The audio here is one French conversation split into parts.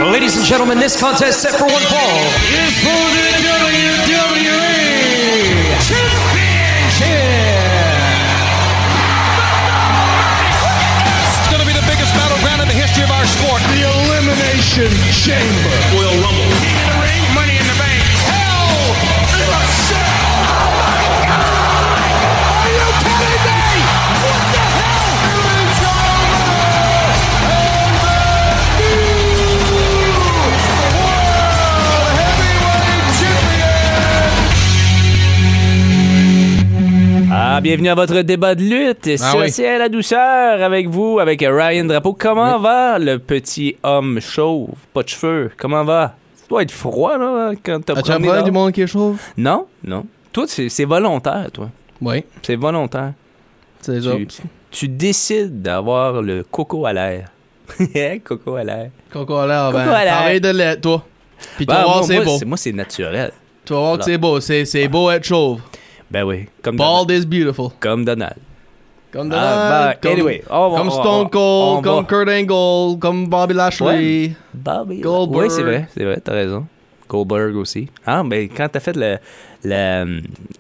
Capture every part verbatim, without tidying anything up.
Ladies and gentlemen, this contest set for one fall is for the W W E Championship. It's going to be the biggest battleground in the history of our sport. The Elimination Chamber. Royal Rumble. King of the Ring, Money in the Bank. Hell in a Cell. Oh my God! Are you kidding me? What the hell? It's over! And the new World Heavyweight Champion. Ah, bienvenue à votre débat de lutte. Ah Ça, oui. c'est à la douceur avec vous, avec Ryan Drapeau. Comment va le petit homme chauve, pas de cheveux? Comment va? Ça doit être froid, là, quand t'as As-tu un promené problème dehors. du monde qui est chauve? Non, non. Toi, c'est, c'est volontaire, toi. Oui. C'est volontaire. C'est ça. Tu, tu décides d'avoir le coco à l'air. Coco à l'air. Coco à l'air, Coco ben, à l'air. travaille de lait, toi. Puis tu Ben, vas voir, moi, c'est moi, beau. c'est, moi, c'est naturel. Tu vas voir que c'est beau. C'est, c'est beau être chauve. Ben oui. Comme Bald Donald. is beautiful. Comme Donald. Comme Ah, Donald, ben, comme, anyway, on va- comme on- Stone on- Cold, on comme va- Kurt Angle, comme Bobby Lashley. Ouais. Bobby. Goldberg. Oui, c'est vrai, c'est vrai, t'as raison. Goldberg aussi. Ah, ben quand t'as fait le, le,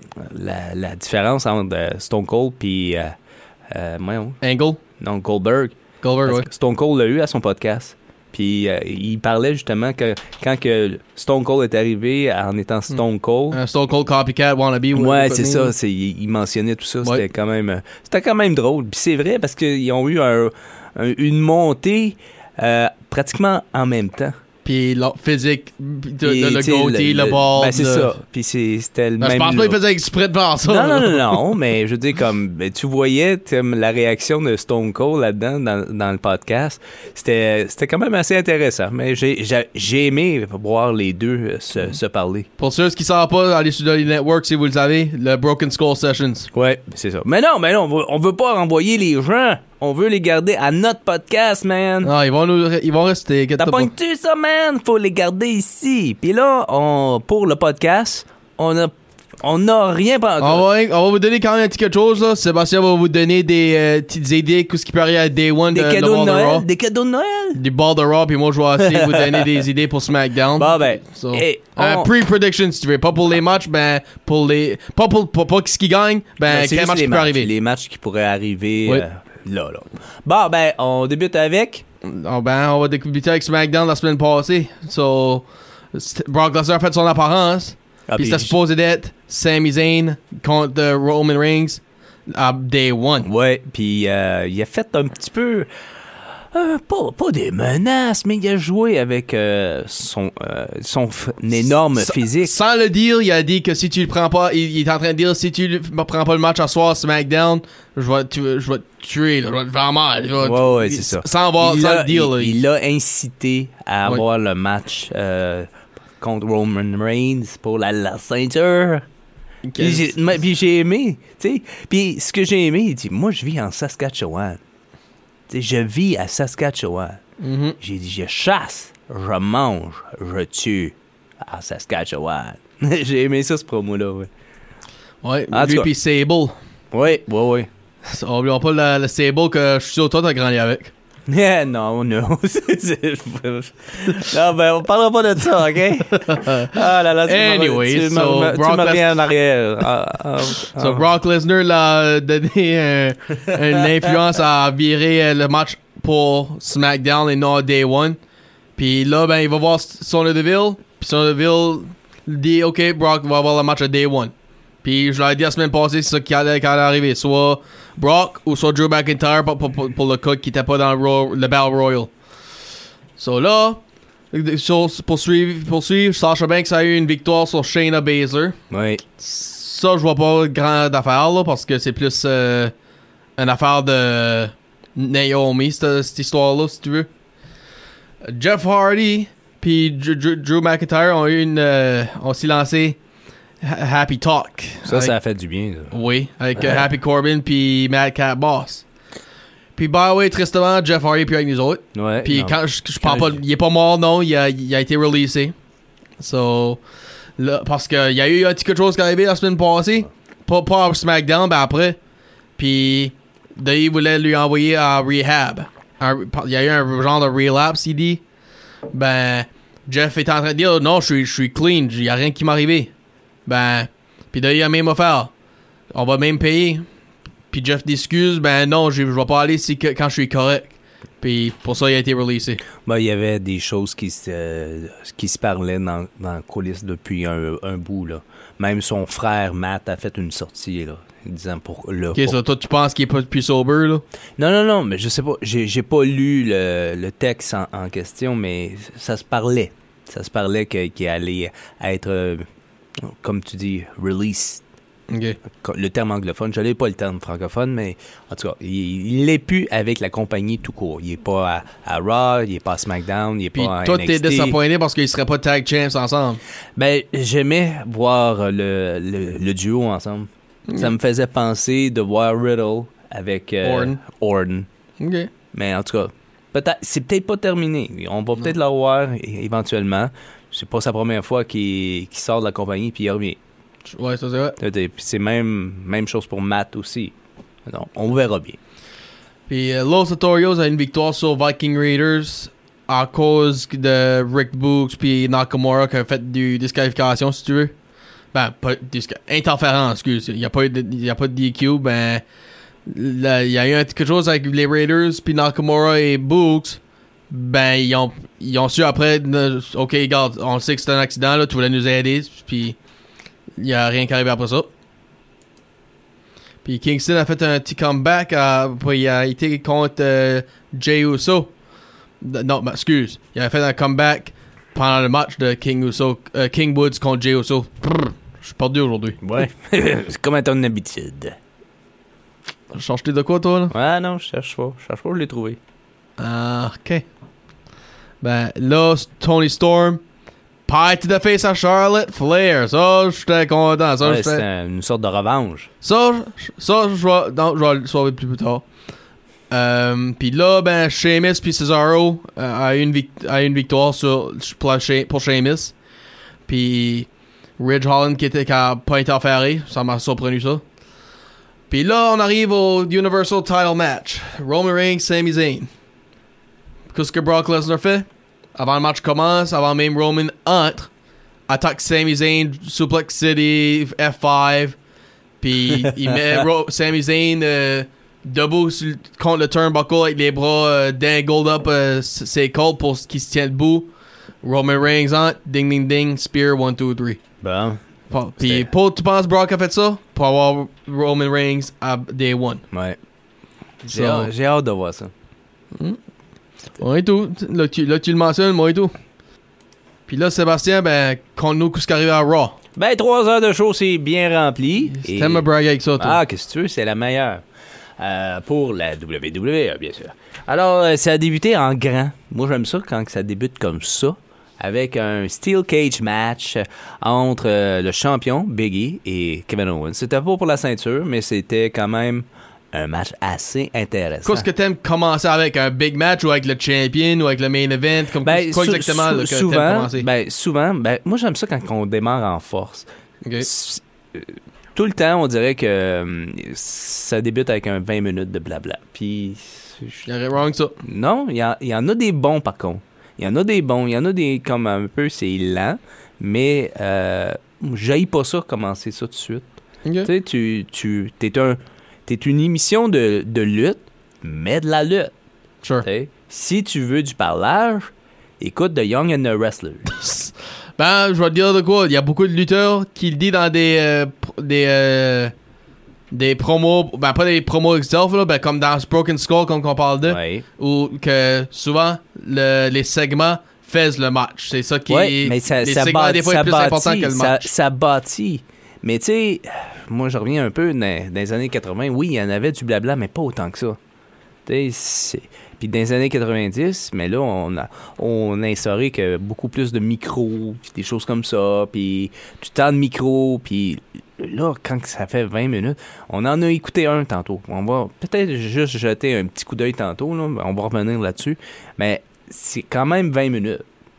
la, la différence entre euh, Stone Cold puis... Euh, euh, voyons. Angle. Non, Goldberg. Goldberg, Parce oui. que Stone Cold l'a eu à son podcast. Puis euh, il parlait justement que quand que Stone Cold est arrivé en étant Stone Cold... Un Stone Cold copycat wannabe. Ouais, whatever c'est it ça. means. C'est, il, il mentionnait tout ça. Ouais. C'était quand même, euh, c'était quand même drôle. Puis c'est vrai parce qu'ils ont eu un, un- une montée euh, pratiquement en même temps. Puis le physique, de, Puis, de, le tu sais, goatee, le, ball. Ben, c'est le- ça. Puis c'est, c'était le Ben, je même. pense pas qu'il look. faisait exprès de faire ça. Non, là. non, non, non, mais je veux dire, comme, ben, tu voyais comme, la réaction de Stone Cold là-dedans, dans, dans le podcast. C'était, c'était quand même assez intéressant. Mais j'ai, j'ai, j'ai aimé voir les deux euh, se, se parler. Pour ceux qui ne savent pas, allez sur le Network si vous le savez, le Broken Skull Sessions. Ouais, c'est ça. Mais non, mais non, on veut, on veut pas renvoyer les gens. On veut les garder à notre podcast, man. Non, ils vont, nous, ils vont rester. T'as inquiète-toi pas. pogné-tu ça, man? Faut les garder ici. Puis là, on, pour le podcast, on a, on a rien pas On va, on va vous donner quand même un petit quelque chose. Là. Sébastien va vous donner des euh, petites idées, ce qui peut arriver à Day One Des de, cadeaux de de Ball Raw. Noël. Des cadeaux de Noël. Du Ball de Raw, puis moi je vais essayer de vous donner des idées pour SmackDown. Bon, ben, So, et euh, on- pre-prediction si tu veux. Pas pour les matchs, ben pour les. Pas pour, pour, pas ce qui gagne, ben c'est quel juste match les qui peut matchs, arriver. Les matchs qui pourraient arriver Oui. euh, là, là. Bon, ben, on débute avec... Oh, ben, on va débuter avec SmackDown la semaine passée. So, st- Brock Lesnar a fait son apparence. Ah, puis puis c'était supposé d'être Sami Zayn contre euh, Roman Reigns à Day One. Ouais, puis euh, il a fait un petit peu... euh, pas, pas des menaces, mais il a joué avec euh, son, euh, son f- énorme Sa- physique. Sans le dire, il a dit que si tu le prends pas, il, il est en train de dire si tu ne prends pas le match à soir SmackDown, je vais, tu, je vais te tuer, là, je vais te faire mal. je vais- Ouais, ouais, c'est ça. Sans, avoir, il sans l'a- le dire. là, il, il l'a incité à Ouais. avoir le match euh, contre Roman Reigns pour la, la ceinture. Puis j'ai, mais- puis j'ai aimé, tu sais. Puis ce que j'ai aimé, il dit, moi, je vis en Saskatchewan. Tu sais, je vis à Saskatchewan. Mhm. J'ai dit, je chasse, je mange, je tue à Saskatchewan. J'ai aimé ça, ce promo-là, ouais. Ouais, En tout lui cas. pis Sable. Oui, oui, oui. Oublions pas le, le Sable que je suis sûr que toi t'as grandi avec. Yeah, non, non. C'est- c'est- non, ben, on parlera pas de ça, OK? Ah là là, tu m'as- Anyway, tu m'as so, tu Brock m'as Les- mis en arrière. Ah, ah, ah. So Brock Lesnar l'a donné euh, une influence à virer euh, le match pour SmackDown et non Day One. Puis là, ben, il va voir Sonya Deville. Puis Sonya Deville dit, OK, Brock va avoir le match à Day One. Puis je l'ai dit la semaine passée, c'est ça qui allait, qui allait arriver. Soit Brock ou soit Drew McIntyre pour, pour, pour, pour le cook qui était pas dans le, Ro- le Battle Royal. So là, sur, pour, suivre, pour suivre, Sasha Banks a eu une victoire sur Shayna Baszler. Oui. Ça, je vois pas grande affaire, là, parce que c'est plus euh, une affaire de Naomi, cette, cette histoire-là, si tu veux. Jeff Hardy puis Drew, Drew- Drew McIntyre ont eu une... euh, ont aussi lancé Ha- Happy Talk. Ça, Avec- ça a fait du bien, ça. Oui, avec euh, Happy Corbin puis Madcap Boss. Puis, by the way, tristement, Jeff Hardy puis avec nous autres. Ouais. Puis non. quand je, je Quand parle pas, je- il est pas mort, non, il a, il a été releasé. So, là, parce qu'il y a eu un petit quelque chose qui est arrivé la semaine passée. Pas, pas à SmackDown, ben après. Puis, Dave voulait lui envoyer à rehab. Un- Il y a eu un genre de relapse, il dit. ben, Jeff est en train de dire, non, je suis, je suis clean, il n'y a rien qui m'est arrivé. Ben, puis là, il a même offert. On va même payer. Puis Jeff discuse, ben non, je, je vais pas aller si, quand je suis correct. Puis pour ça, il a été releasé. Ben, il y avait des choses qui se, euh, qui se parlaient dans, dans la coulisse depuis un, un bout, là. Même son frère, Matt, a fait une sortie, là, disant pour... Là, Ok, pour... ça, toi, tu penses qu'il est pas plus sober, là? Non, non, non, mais je sais pas, j'ai, j'ai pas lu le, le texte en, en question, mais ça se parlait. Ça se parlait que, qu'il allait être, euh, comme tu dis, released. Ok. Le terme anglophone, je n'ai pas le terme francophone, mais en tout cas, il n'est plus avec la compagnie tout court. Il n'est pas à, à Raw, il n'est pas à SmackDown, il n'est Puis pas à toi, N X T. t'es disappointé parce qu'ils seraient pas tag champs ensemble. Ben, j'aimais voir le, le, le duo ensemble. Mm. Ça me faisait penser de voir Riddle avec euh, Orton. Orton. Ok. Mais en tout cas, peut-être, c'est peut-être pas terminé. On va peut-être le voir éventuellement. C'est pas sa première fois qu'il, qu'il sort de la compagnie puis il revient. Ouais, ça c'est vrai. Puis c'est même, même chose pour Matt aussi. Donc, on verra bien. Puis euh, Los Notorios a une victoire sur Viking Raiders à cause de Rick Books puis Nakamura qui a fait du disqualification, si tu veux. Ben, pas disca- interférence, excuse. Il n'y a pas eu de, il y a pas de D Q. Ben, là, il y a eu un- quelque chose avec les Raiders puis Nakamura et Books. Ben, ils ont, ils ont su après, ne- ok, regarde, on sait que c'est un accident, là, tu voulais nous aider, puis il n'y a rien qui arrive après ça. Puis Kingston a fait un petit comeback. À, puis il a été contre euh, Jey Uso. Non, ben, excuse. Il a fait un comeback pendant le match de King Uso, euh, King Woods contre Jey Uso. Brrr, je suis perdu aujourd'hui. Ouais. C'est comme à ton habitude. Changes-tu de quoi, toi, là? Ouais, non, je cherche pas. Je cherche pas, je l'ai trouvé. Ah, ok. Ben, là, Tony Storm. Pie to the face à Charlotte Flair. Ça, j'étais content. Ça, Ouais, j'étais... c'est un- une sorte de revanche. Ça, ça, je vais, non, je vais le sauver plus, plus tard. Euh, puis là, ben, Sheamus puis Cesaro euh, a, eu une vic- a eu une victoire sur, pour, la She- pour Sheamus. Puis Ridge Holland qui était qui a pas interféré, ça m'a surpris ça. Puis là, on arrive au Universal Title Match. Roman Reigns, Sami Zayn. Qu'est-ce que Brock Lesnar fait? Avant le match commence, avant même Roman entre, attaque Sami Zayn, Suplex City, F cinq, puis il met Ro- Sami Zayn euh, debout sur, contre le turnbuckle avec les bras euh, dangled up euh, ses côtes pour qu'il se tienne debout. Roman Reigns entre, ding ding ding, spear, one, two, three. Bon. Puis pour, tu penses Brock a fait ça? Pour avoir Roman Reigns à Day one. Ouais. J'ai, So- hâte, j'ai hâte de voir ça. Moi et tout. Là tu, là, tu le mentionnes, moi et tout. Puis là, Sébastien, ben, conte-nous ce qui arrive à Raw. Ben, trois heures de show, c'est bien rempli. Et- T'aimes me braguer avec ça, toi. Ah, qu'est-ce que tu veux, c'est la meilleure. Euh, pour la W W E, bien sûr. Alors, euh, ça a débuté en grand. Moi, j'aime ça quand ça débute comme ça, avec un Steel Cage match entre euh, le champion, Big E, et Kevin Owens. C'était pas pour la ceinture, mais c'était quand même un match assez intéressant. Qu'est-ce que t'aimes commencer avec? Un big match ou avec le champion ou avec le main event? Comme, Ben, quoi sou- exactement sou- là, que t'aimes souvent, commencer? ben, souvent, ben, moi, j'aime ça quand on démarre en force. Ok. S- euh, Tout le temps, on dirait que euh, ça débute avec un vingt minutes de blabla. Puis, je- Y'aurait wrong ça. non, il y, en- il y en a des bons, par contre. Il y en a des bons. Il y en a des, comme un peu, c'est lent. Mais, euh, j'haïs pas ça, commencer ça tout de suite. Ok. Tu sais, tu, tu, t'es un, t'es une émission de, de lutte, mais de la lutte. Sure. Tu sais. Si tu veux du parlage, écoute The Young and the Wrestlers. Ben, je vais te dire de quoi. Il y a beaucoup de lutteurs qui le disent dans des euh, pr- des euh, des promos, ben pas des promos itself là, ben comme dans Broken Skull comme on parle de, Ouais. ou que souvent le, les segments faisent le match. C'est ça qui Ouais, est mais ça, les ça, segments bâ- des fois ça est plus bâtit, important que le ça, match. ça bâtit. Mais tu sais, moi je reviens un peu dans, dans les années quatre-vingts. Oui, il y en avait du blabla, mais pas autant que ça. Tu sais, c'est- puis dans les années quatre-vingt-dix, mais là, on a, on a instauré que beaucoup plus de micros, puis des choses comme ça, puis du temps de micro, puis là, quand ça fait vingt minutes, on en a écouté un tantôt. On va peut-être juste jeter un petit coup d'œil tantôt, là, on va revenir là-dessus, mais c'est quand même vingt minutes.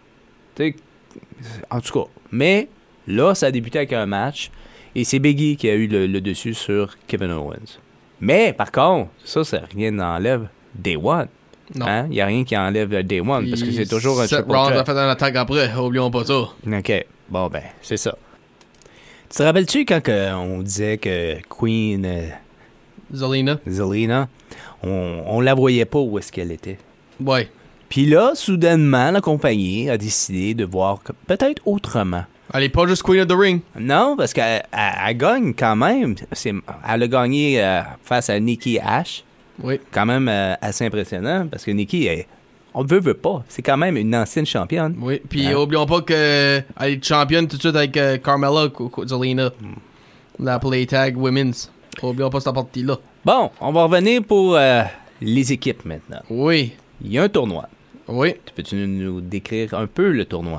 Tu sais, en tout cas, mais là, ça a débuté avec un match, et c'est Biggie qui a eu le, le dessus sur Kevin Owens. Mais, par contre, ça, ça rien n'enlève Day One. Non. Hein? Il n'y a rien qui enlève le Day One, parce que c'est toujours un Seth triple Rollins a threat. fait une attaque après, oublions pas ça. OK. Bon, ben, c'est ça. Tu te rappelles-tu quand que on disait que Queen euh, Zelina. Zelina, on, on la voyait pas où est-ce qu'elle était? Ouais. Puis là, soudainement, la compagnie a décidé de voir que- peut-être autrement. Elle est pas juste Queen of the Ring. Non, parce qu'elle elle- elle gagne quand même. C'est, elle a gagné euh, face à Nikki Ash. Oui. Quand même euh, assez impressionnant, parce que Nikki, elle, on veut, veut pas. C'est quand même une ancienne championne. Oui. Puis Hein? oublions pas qu'elle est championne tout de suite avec euh, Carmella Qu- Qu- Zelina. La Play Tag Women's. Oublions pas cette partie-là. Bon, on va revenir pour euh, les équipes maintenant. Oui. Il y a un tournoi. Oui. Tu peux-tu nous, nous décrire un peu le tournoi?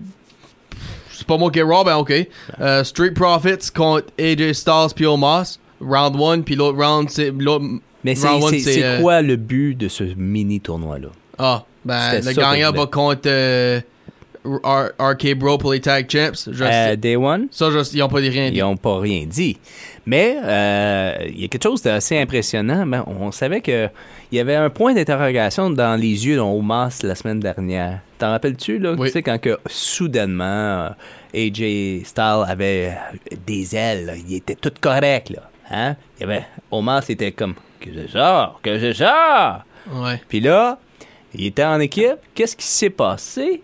C'est pas moi qui est Raw, ben ok. Euh, Street Profits contre A J Styles puis Omos. Round one, puis l'autre round, c'est... l'autre Mais c'est, round one, c'est, c'est euh, quoi le but de ce mini-tournoi-là? Ah, ben, C'était le ça gagnant que je va contre euh, R- R K Bro pour les tag champs. Je Euh, sais. Day One? Ça, je, ils ont pas dit rien. Ils dit. n'ont pas rien dit. Mais euh, il y a quelque chose d'assez impressionnant. Ben, on savait qu'il y avait un point d'interrogation dans les yeux d'Omos la semaine dernière. T'en rappelles-tu, là? Oui. Tu sais, quand que, soudainement, euh, A J Styles avait euh, des ailes, là. Il était tout correct, là. Hein? Il y avait... Omos était comme, que c'est ça? Que c'est ça? Ouais. Puis là, il était en équipe. Qu'est-ce qui s'est passé?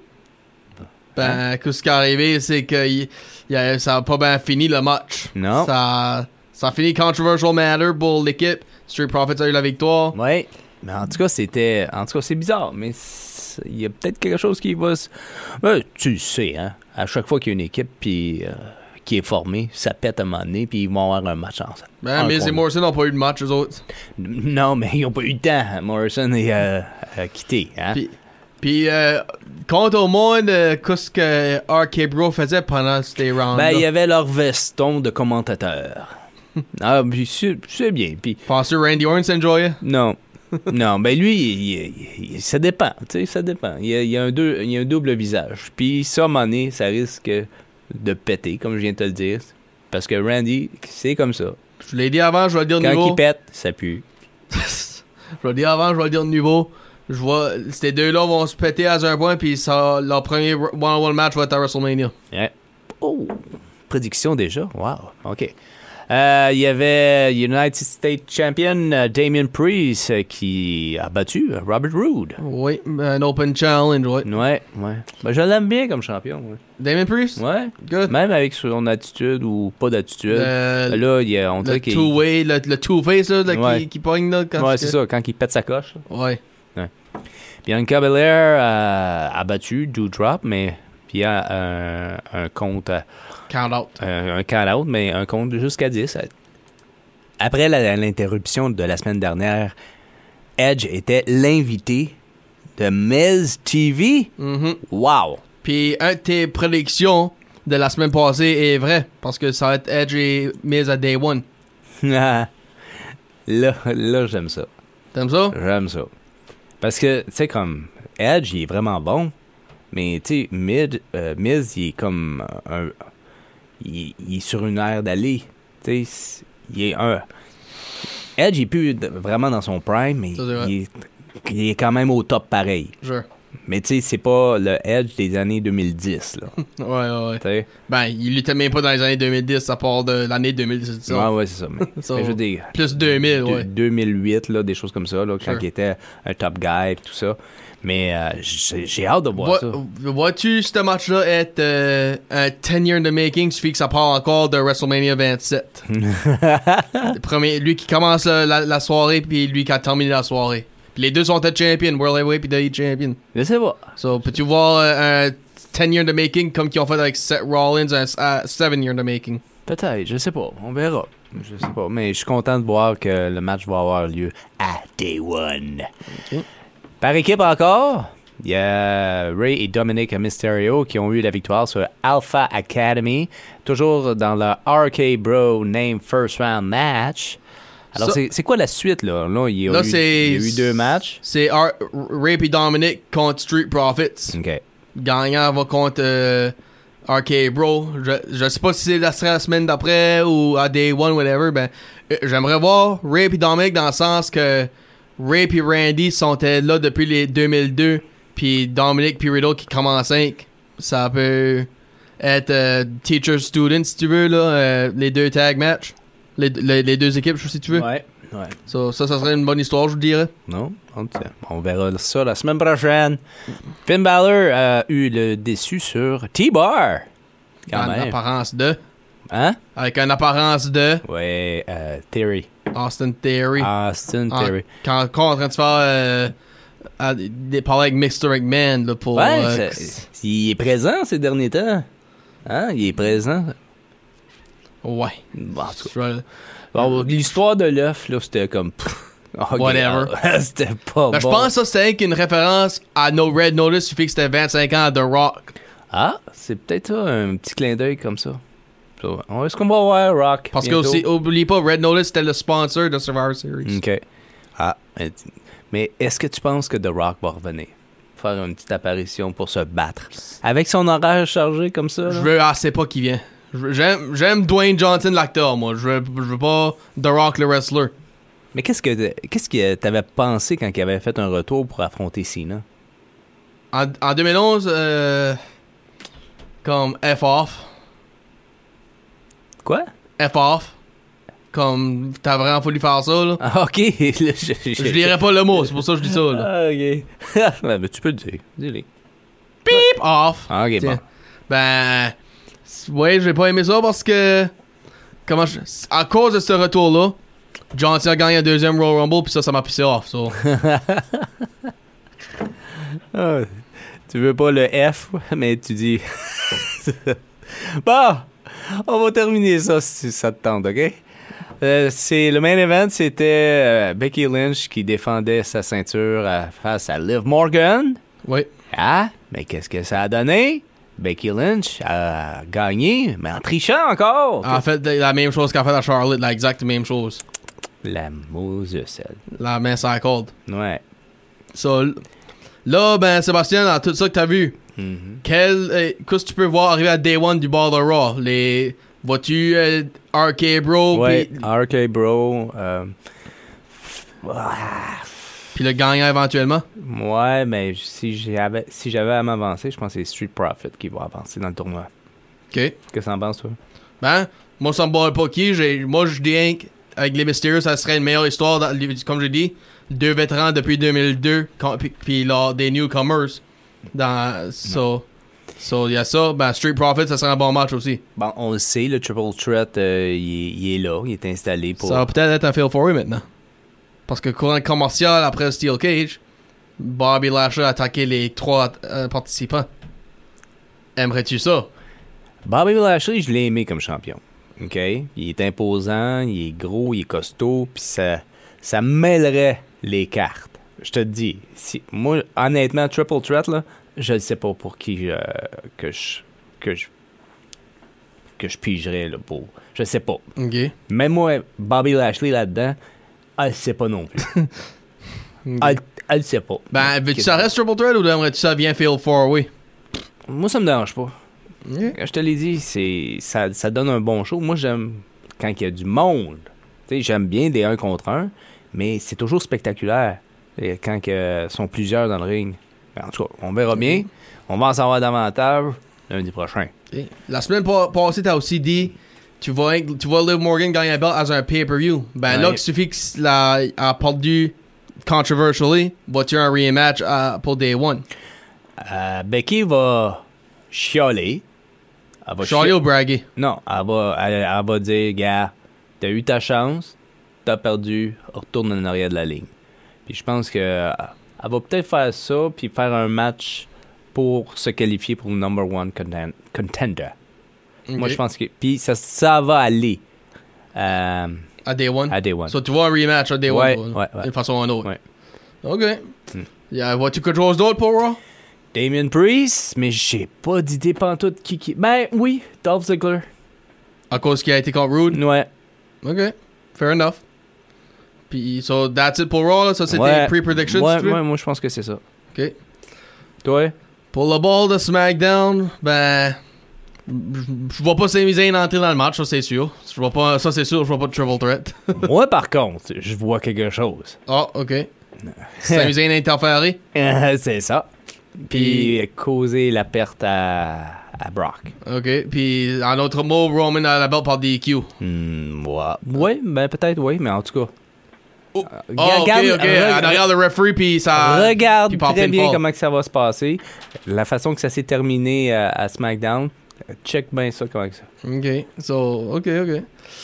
Ben, ce qui est arrivé, c'est que il- il a- ça a pas bien fini le match. Non. Ça, ça a fini controversial matter pour l'équipe. Street Profits a eu la victoire. Oui. Mais en tout cas, c'était. En tout cas, c'est bizarre, mais c'est- il y a peut-être quelque chose qui va se. Ben, tu le sais, hein. À chaque fois qu'il y a une équipe puis, euh, qui est formée, ça pète à un moment donné, puis ils vont avoir un match ensemble. Ben, En Miz et contre- Morrison n'ont pas eu de match, eux autres. Non, mais ils n'ont pas eu le temps. Morrison est euh, euh, quitté. Hein? Puis, puis euh, compte au monde, euh, qu'est-ce que R K Bro faisait pendant ces rounds. Ben, il y avait leur veston de commentateur. Ah, puis c'est, c'est bien. Puis, Pensez Randy Orton s'enjoyait? non. Non, ben lui, il- il- il- ça dépend, tu sais, ça dépend. Il y a, il y a un deux, il y a un double visage. Puis ça, à un moment donné, ça risque de péter, comme je viens de te le dire. Parce que Randy, c'est comme ça. Je l'ai dit avant, je vais le dire de Quand nouveau. il pète, ça pue. Je vais le dire avant, je vais le dire de nouveau. Je vois, ces deux-là vont se péter à un point, puis ça, leur premier one-on-one match va être à WrestleMania. Ouais. Oh, prédiction déjà. Wow, OK. Euh, Il y avait United States Champion euh, Damien Priest euh, qui a battu euh, Robert Roode. Oui, un open challenge, ouais. Ouais, ouais. Ben, je l'aime bien comme champion. Ouais. Damien Priest? Ouais. Good. Même avec son attitude ou pas d'attitude. Le- là, il y a, on Le dirait qu'il. two-way, le, le two-face, là, là, Ouais. qui, qui pogne, là. Quand Ouais, c'est ça, quand il pète sa coche. là. Ouais. Bianca Belair a, a battu Doudrop, mais puis il y a un, un compte, euh, Count out. un, un count-out, mais un compte jusqu'à dix. Après la- l'interruption de la semaine dernière, Edge était l'invité de Miz T V. Mhm. Wow! Puis, un de tes prédictions de la semaine passée est vrai, parce que ça va être Edge et Miz à Day One. là, là j'aime ça. T'aimes ça? J'aime ça. Parce que, tu sais, comme, Edge, il est vraiment bon, mais, tu sais, Mid, euh, Miz, il est comme un... Il, il est sur une aire d'aller. Tu sais, il est un... Edge, il est plus d- vraiment dans son prime, mais Ça, c'est vrai. il est, il est quand même au top pareil. Sure. Mais, tu sais, c'est pas le Edge des années deux mille dix, là. Ouais, ouais, ouais. Tu sais? Ben, il luttait même pas dans les années deux mille dix, à part de l'année deux mille dix. Ouais, ouais, c'est ça. Mais, Ça, mais je veux dire... Plus deux mille, deux- ouais. deux mille huit, là, des choses comme ça, là, quand Sure. il était un top guy et tout ça. Mais euh, j'ai j'ai hâte de voir Vois- ça. Vois-tu ce match-là être euh, un ten year in the making, suffit que ça part encore de WrestleMania vingt-sept. Le premier, lui qui commence euh, la, la soirée, puis lui qui a terminé la soirée. Puis les deux sont être champion, World Heavyweight puis W W E champion. Je sais pas. So, peux-tu voir euh, un ten year in the making comme qu'ils ont fait avec Seth Rollins, un seven year in the making? Peut-être, je sais pas. On verra. Je sais pas. Mais je suis content de voir que le match va avoir lieu à Day One. Ok. Par équipe encore, il y a Ray et Dominic Mysterio qui ont eu la victoire sur Alpha Academy. Toujours dans le R K Bro Name First Round Match. Alors, Ça- c'est c'est quoi la suite, là? Là, il y a, Là, eu, c'est- il y a eu deux matchs. C'est R- Ray et Dominic contre Street Profits. OK. Gagnant va contre euh, R K Bro. Je, je sais pas si c'est la, la semaine d'après ou à Day One, whatever. Ben, euh, j'aimerais voir Ray et Dominic dans le sens que Ray puis Randy sont là depuis les deux mille deux, puis Dominic puis Riddle qui commence en cinq. Ça peut être euh, teacher-student si tu veux, là, euh, les deux tag match. Les, les, les deux équipes, si tu veux. Ouais, ouais. So, ça, ça serait une bonne histoire, je vous dirais. Non? On, on verra ça la semaine prochaine. Finn Balor a eu le déçu sur T-Bar. Quand En même. apparence de. Hein? Avec une apparence de Ouais, euh, Theory. Austin Theory. Austin En- Theory. Quand, quand on est en train de faire euh, à- des parler avec mister McMahon là, pour. Ouais, euh, c'est- il est présent ces derniers temps. Hein? Il est présent. ouais. Bon, en tout cas. Je vais- Bon, l'histoire de l'œuf, là, c'était comme... pff, ok, Whatever. ah, c'était pas Ben, je bon. pense que ça c'était une référence à No Red Notice, suffit que c'était vingt-cinq ans à The Rock. Ah, c'est peut-être ça, un petit clin d'œil comme ça. So, est-ce qu'on va voir Rock Parce que bientôt? aussi, oublie pas, Red Notice c'était le sponsor de Survivor Series. OK. Ah, mais- mais est-ce que tu penses que The Rock va revenir? Faire une petite apparition pour se battre? Avec son horaire chargé comme ça? Je là? veux, ah, c'est pas qui vient. Je veux- J'aime, j'aime Dwayne Johnson l'acteur, moi. Je veux, je veux pas The Rock le wrestler. Mais qu'est-ce que qu'est-ce que t'avais pensé quand il avait fait un retour pour affronter Cena? En, en deux mille onze, euh, comme F off. Quoi? F off. Comme t'as vraiment voulu faire ça, là. Ah, OK. Là, je, Je dirais pas le mot, c'est pour ça que je dis ça, là. Ah, OK. Ouais, mais tu peux le dire. Dis-le. Beep off. Ah, OK, Tiens. bon. Ben, ouais, j'ai pas aimé ça parce que, comment je, à cause de ce retour-là, John Cena a gagné un deuxième Royal Rumble, puis ça, ça m'a pissé off, so. Ah, tu veux pas le F, mais tu dis... Bon, on va terminer ça si ça te tente, OK? Euh, c'est, le main event, c'était euh, Becky Lynch qui défendait sa ceinture euh, face à Liv Morgan. Oui. Ah, mais qu'est-ce que ça a donné? Becky Lynch a gagné, mais en trichant encore. En fait, la même chose qu'elle a fait à Charlotte, la exacte même chose. La Moses, La main cycled. ouais. So, là, ben, Sébastien, dans tout ça que t'as vu, Mhm. quel, euh, qu'est-ce que tu peux voir arriver à Day One du bord de Raw? Les, vois-tu euh, R K Bro, Ouais, puis R K Bro. Euh, puis le gagnant éventuellement? ouais, mais si j'avais, si j'avais à m'avancer, je pense que c'est Street Profit qui va avancer dans le tournoi. OK. Qu'est-ce que t'en penses, toi? Ben, moi, ça me bat pas qui. J'ai, moi, je dis rien qu'avec les Mysterio, ça serait une meilleure histoire, dans, comme je dis. Deux vétérans depuis deux mille deux, quand- puis, puis là, des newcomers. Dans, so, so, il y a ça. Ben, Street Profit, ça serait un bon match aussi. Bon, on le sait, le Triple Threat, euh, il, est, il est là, il est installé pour... Ça va peut-être être un fail for you maintenant. Parce que courant commercial après Steel Cage, Bobby Lashley a attaqué les trois euh, participants. Aimerais-tu ça? Bobby Lashley, je l'ai aimé comme champion. OK? Il est imposant, il est gros, il est costaud, puis ça, ça mêlerait les cartes. Je te dis, si, moi, honnêtement, Triple Threat, là, je ne sais pas pour qui euh, que je que je que je pigerais là, pour. Je sais pas. Ok. Même moi, Bobby Lashley là-dedans, elle le sait pas non plus. elle, elle le sait pas. Ben, veux-tu ça reste Triple Threat ou aimerais-tu ça vient fail four way? Moi, ça me dérange pas. Quand je te l'ai dit, c'est ça, ça donne un bon show. Moi, j'aime quand il y a du monde. Tu sais, j'aime bien des un contre un, mais c'est toujours spectaculaire et quand ils sont plusieurs dans le ring. En tout cas, on verra bien. On va en savoir davantage lundi prochain. Okay. La semaine pa- passée, t'as aussi dit tu vois, tu vois Liv Morgan gagner la belt as un pay-per-view. Ben Ouais. là, il suffit que la a perdu controversially, vas-tu un rematch uh, pour Day One? Euh, Becky va chialer. Elle va Charlie chi- ou braguer? Non, elle va, elle, elle va dire, gars, t'as eu ta chance, t'as perdu, retourne en arrière de la ligne. Puis je pense que euh, elle va peut-être faire ça, puis faire un match pour se qualifier pour le number one conten- contender. Moi, Ok. je pense que... Puis ça, ça va aller euh, À Day One? à Day One. So tu vois un rematch à Day Ouais, One? ouais, ouais. D'une façon ou d'une autre? Ouais. Ok. Hmm. Yeah, vois-tu quelque chose d'autre pour Raw? Damien Priest, mais j'ai pas d'idée pantoute qui... qui... Ben oui, Dolph Ziggler. À cause qu'il a été contre Rude? Ouais. Ok. Fair enough. Puis, so that's it pour Raw, là? Ça, c'était ouais. pre-prediction, Ouais, si tu veux? ouais, moi, je pense que c'est ça. Ok. Toi? Pour le ball de SmackDown, ben... Je vois pas Sami Zayn entrer dans le match, ça c'est sûr. Je vois pas, ça c'est sûr, je vois pas de Triple Threat. Moi, par contre, je vois quelque chose. Ah, ok. S'amuser à interférer. c'est ça. Puis causer la perte à, à Brock. OK. Puis, en autre mot, Roman a la belle par D Q. Hmm, ouais. ouais, ben peut-être, oui, mais en tout cas. Oh, Euh, oh, OK, regarde- OK. re- En arrière, le referee, puis ça... Regarde puis par très bien pinfall. comment que ça va se passer. La façon que ça s'est terminé euh, à SmackDown. Check bien ça, comment que ça. OK. So, OK, OK.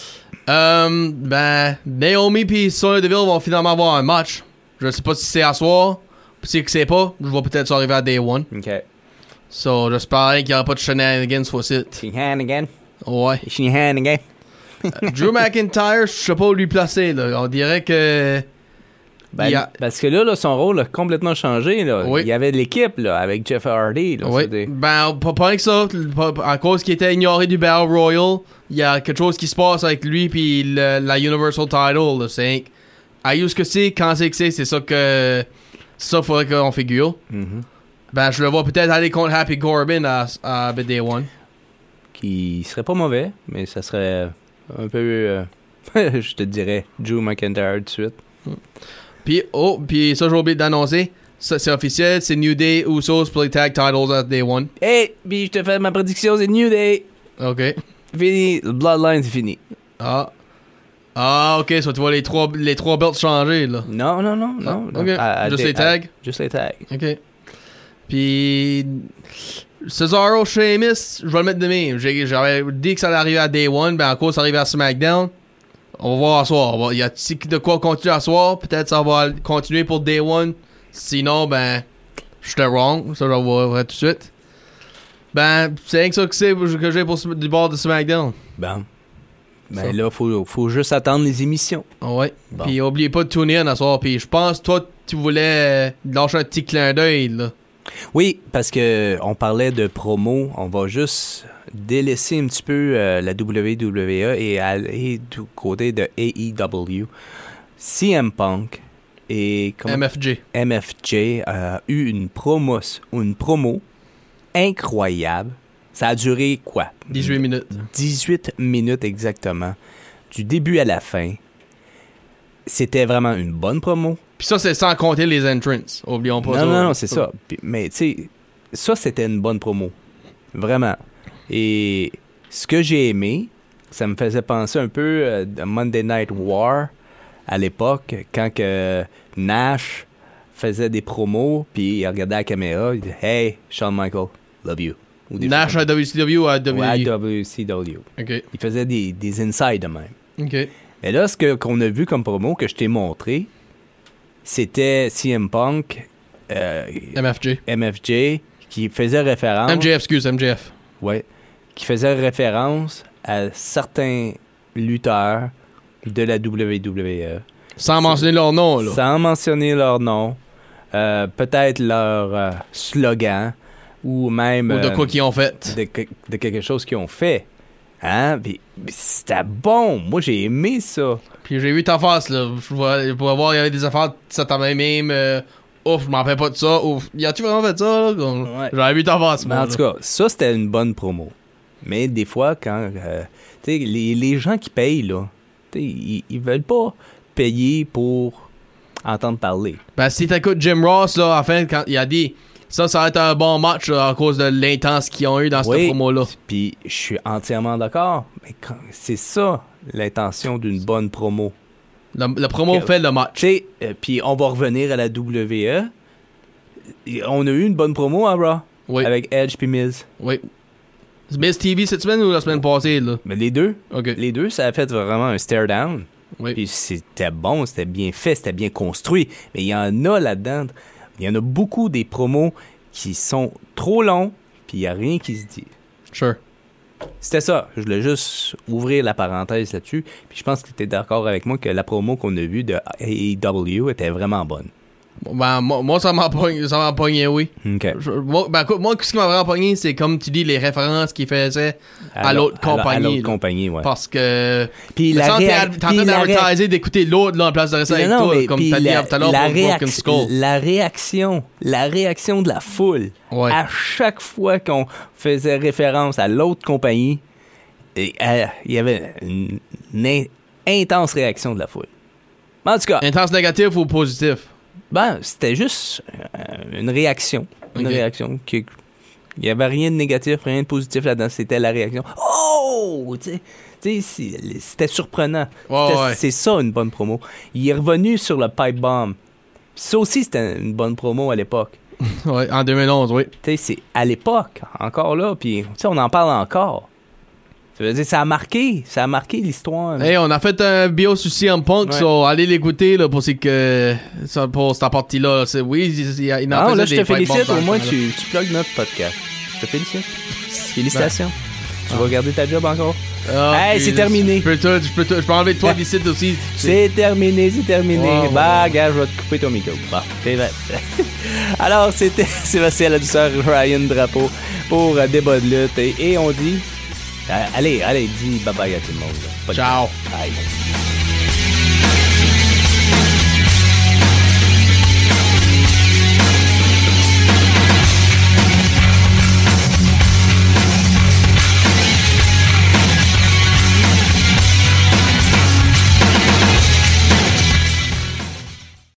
Um, ben, Naomi puis Sonya Deville vont finalement avoir un match. Je sais pas si c'est à soir. Si c'est pas, je vais peut-être arriver à Day One. OK. So, j'espère qu'il n'y aura pas de shenanigans for it. Shenanigan. Ouais. Shenanigan. Drew McIntyre, je sais pas où lui placer, là. On dirait que... Ben, il y a- Parce que là, là, son rôle a complètement changé. Là. Oui. Il y avait de l'équipe là, avec Jeff Hardy. Là, Oui. c'était- Ben, pas, pas que ça. pas- À cause qu'il était ignoré du Battle Royal, il y a quelque chose qui se passe avec lui puis le- la Universal Title. Là. C'est à où ce que c'est, quand c'est que c'est, c'est ça que... C'est ça qu'il faudrait qu'on figure. Mhm. Ben, je le vois peut-être aller contre Happy Corbin à, à Day One. Qui serait pas mauvais, mais ça serait un peu... euh, je te dirais Drew McIntyre tout de suite. Puis, oh, puis ça, j'ai oublié d'annoncer. Ça, c'est officiel, c'est New Day, Usos pour les tag titles à Day One. Hey, puis je te fais ma prédiction, c'est New Day. OK. Fini, le Bloodline, c'est fini. Ah. Ah, OK, so tu vois les trois, les trois belts changer, là. Non, non, non, non. Ah, ok. non. À- à Juste Day- les tags? à- Juste les tags. OK. Puis... Cesaro, Sheamus, je vais le mettre de même. J'ai- J'avais dit que ça allait arriver à Day One, ben en cause, ça arrive à SmackDown. On va voir à soir. On va- Il y a de quoi continuer à soir. Peut-être ça va continuer pour Day One. Sinon, ben, j'étais wrong. Ça, je vais voir tout de suite. Ben, c'est rien que ça que c'est que j'ai pour du bord de SmackDown. Bon. Ben Ça. là, faut, faut juste attendre les émissions. Ah ouais. Bon. Puis oubliez pas de tourner in à soir. Puis je pense, toi, tu voulais euh, lâcher un petit clin d'œil, là. Oui, parce que on parlait de promo, on va juste délaisser un petit peu euh, la W W E et aller du côté de A E W. C M Punk et comment- M F J. M F J a eu une promo, une promo incroyable. Ça a duré quoi? dix-huit minutes. dix-huit minutes exactement. Du début à la fin. C'était vraiment une bonne promo. Puis ça, c'est sans compter les entrances. Oublions pas Non, ça. non, non, c'est ça. Puis- mais tu sais, ça, c'était une bonne promo. Vraiment. Et ce que j'ai aimé, ça me faisait penser un peu euh, de Monday Night War à l'époque, quand que Nash faisait des promos, puis il regardait la caméra, il disait « Hey, Shawn Michaels, love you ». Ou des Nash choses à W C W ou à comme- ou à W W E? W C W. OK. Il faisait des, des insides de même. OK. Mais là, ce que- qu'on a vu comme promo que je t'ai montré, c'était C M Punk, euh, M F J. M F J, qui faisait référence... M J F, excuse, M J F. Ouais, qui faisait référence à certains lutteurs de la W W E. Sans mentionner leur nom, là. Sans mentionner leur nom, euh, peut-être leur euh, slogan, ou même... Ou de euh, quoi qu'ils ont fait. de, que- de quelque chose qu'ils ont fait. Hein? Puis, puis c'était bon. Moi, j'ai aimé ça. Puis j'ai vu ta face, là. Je vois, je pouvais voir, il y avait des affaires, ça t'avait même. Euh, ouf, je m'en rappelle pas de ça. Ouf, y a-tu vraiment fait ça, là? Comme- Ouais. J'avais vu ta face, Mais moi, en tout cas, ça, c'était une bonne promo. Mais des fois, quand... euh, tu sais, les, les gens qui payent, là, tu sais, ils, ils veulent pas payer pour entendre parler. Ben, si t'écoutes Jim Ross, là, enfin, quand il a dit ça, ça va être un bon match là, à cause de l'intense qu'ils ont eu dans Oui. cette promo-là. Puis, je suis entièrement d'accord. Mais quand- c'est ça, l'intention d'une bonne promo. La, la promo Ok. fait le match. Tu sais, euh, puis on va revenir à la W E. Et on a eu une bonne promo à Raw. Oui, Avec Edge puis Miz. oui. Miz T V cette semaine ou la semaine passée, là? Mais les deux, OK. les deux, ça a fait vraiment un stare down. Oui. Puis c'était bon, c'était bien fait, c'était bien construit. Mais il y en a là-dedans. Il y en a beaucoup des promos qui sont trop longs, puis il n'y a rien qui se dit. Sure. C'était ça. Je voulais juste ouvrir la parenthèse là-dessus. Puis je pense que tu es d'accord avec moi que la promo qu'on a vue de A E W était vraiment bonne. Ben, moi, moi, ça m'a pogné, ça m'a pogné, oui. OK. Je- moi, ben, écoute, moi, ce qui m'a vraiment pogné, c'est comme tu dis, les références qu'il faisait à l'autre À l'autre compagnie. là. compagnie, ouais. Parce que. Puis Le la sens, t'es réa- ad- t'es en puis train la réa- d'advertiser d'écouter l'autre là en place de rester avec Non, non, toi, mais comme puis t'as dit la, tout à l'heure la pour Broken réaction, Skull. la réaction, la réaction de la foule, Ouais. à chaque fois qu'on faisait référence à l'autre compagnie, et, euh, il y avait une, une in- intense réaction de la foule. En tout cas, Intense négatif ou positif? Ben, c'était juste euh, une réaction. Une Ok. réaction qui... Il n'y avait rien de négatif, rien de positif là-dedans. C'était la réaction. Oh! Tu sais, tu sais, c'était surprenant. Ouais, C'était- ouais. C'est ça, une bonne promo. Il est revenu sur le pipe bomb. Ça aussi, c'était une bonne promo à l'époque. Ouais, en deux mille onze, oui. Tu sais, c'est à l'époque, encore là, puis tu sais, on en parle encore. Ça veut dire, ça a marqué, ça a marqué l'histoire. Hey, on a fait un bio sur C M Punk, Ouais. so allez l'écouter là, pour, c'est que, ça, pour cette partie-là. là. C'est, oui, il, il, il en Ah, faisait là, je des te fight félicite, bombs au moins, dans le tu, tu plugues notre podcast. Je te félicite. Félicitations. Tu vas garder ta job encore? temps. Ah, Hey, puis, c'est terminé. Je peux, te- je peux, te- je peux enlever toi d'ici aussi. C'est terminé, c'est terminé. Ouais, ouais, bah, ouais. gars, je vais te couper ton micro. Bah, c'est vrai. Alors, c'était Sébastien la douceur, Ryan Drapeau pour euh, Débat de lutte. Et, et on dit... euh, allez, allez, dis bye-bye à tout le monde. là. Pas de- Ciao. Bye.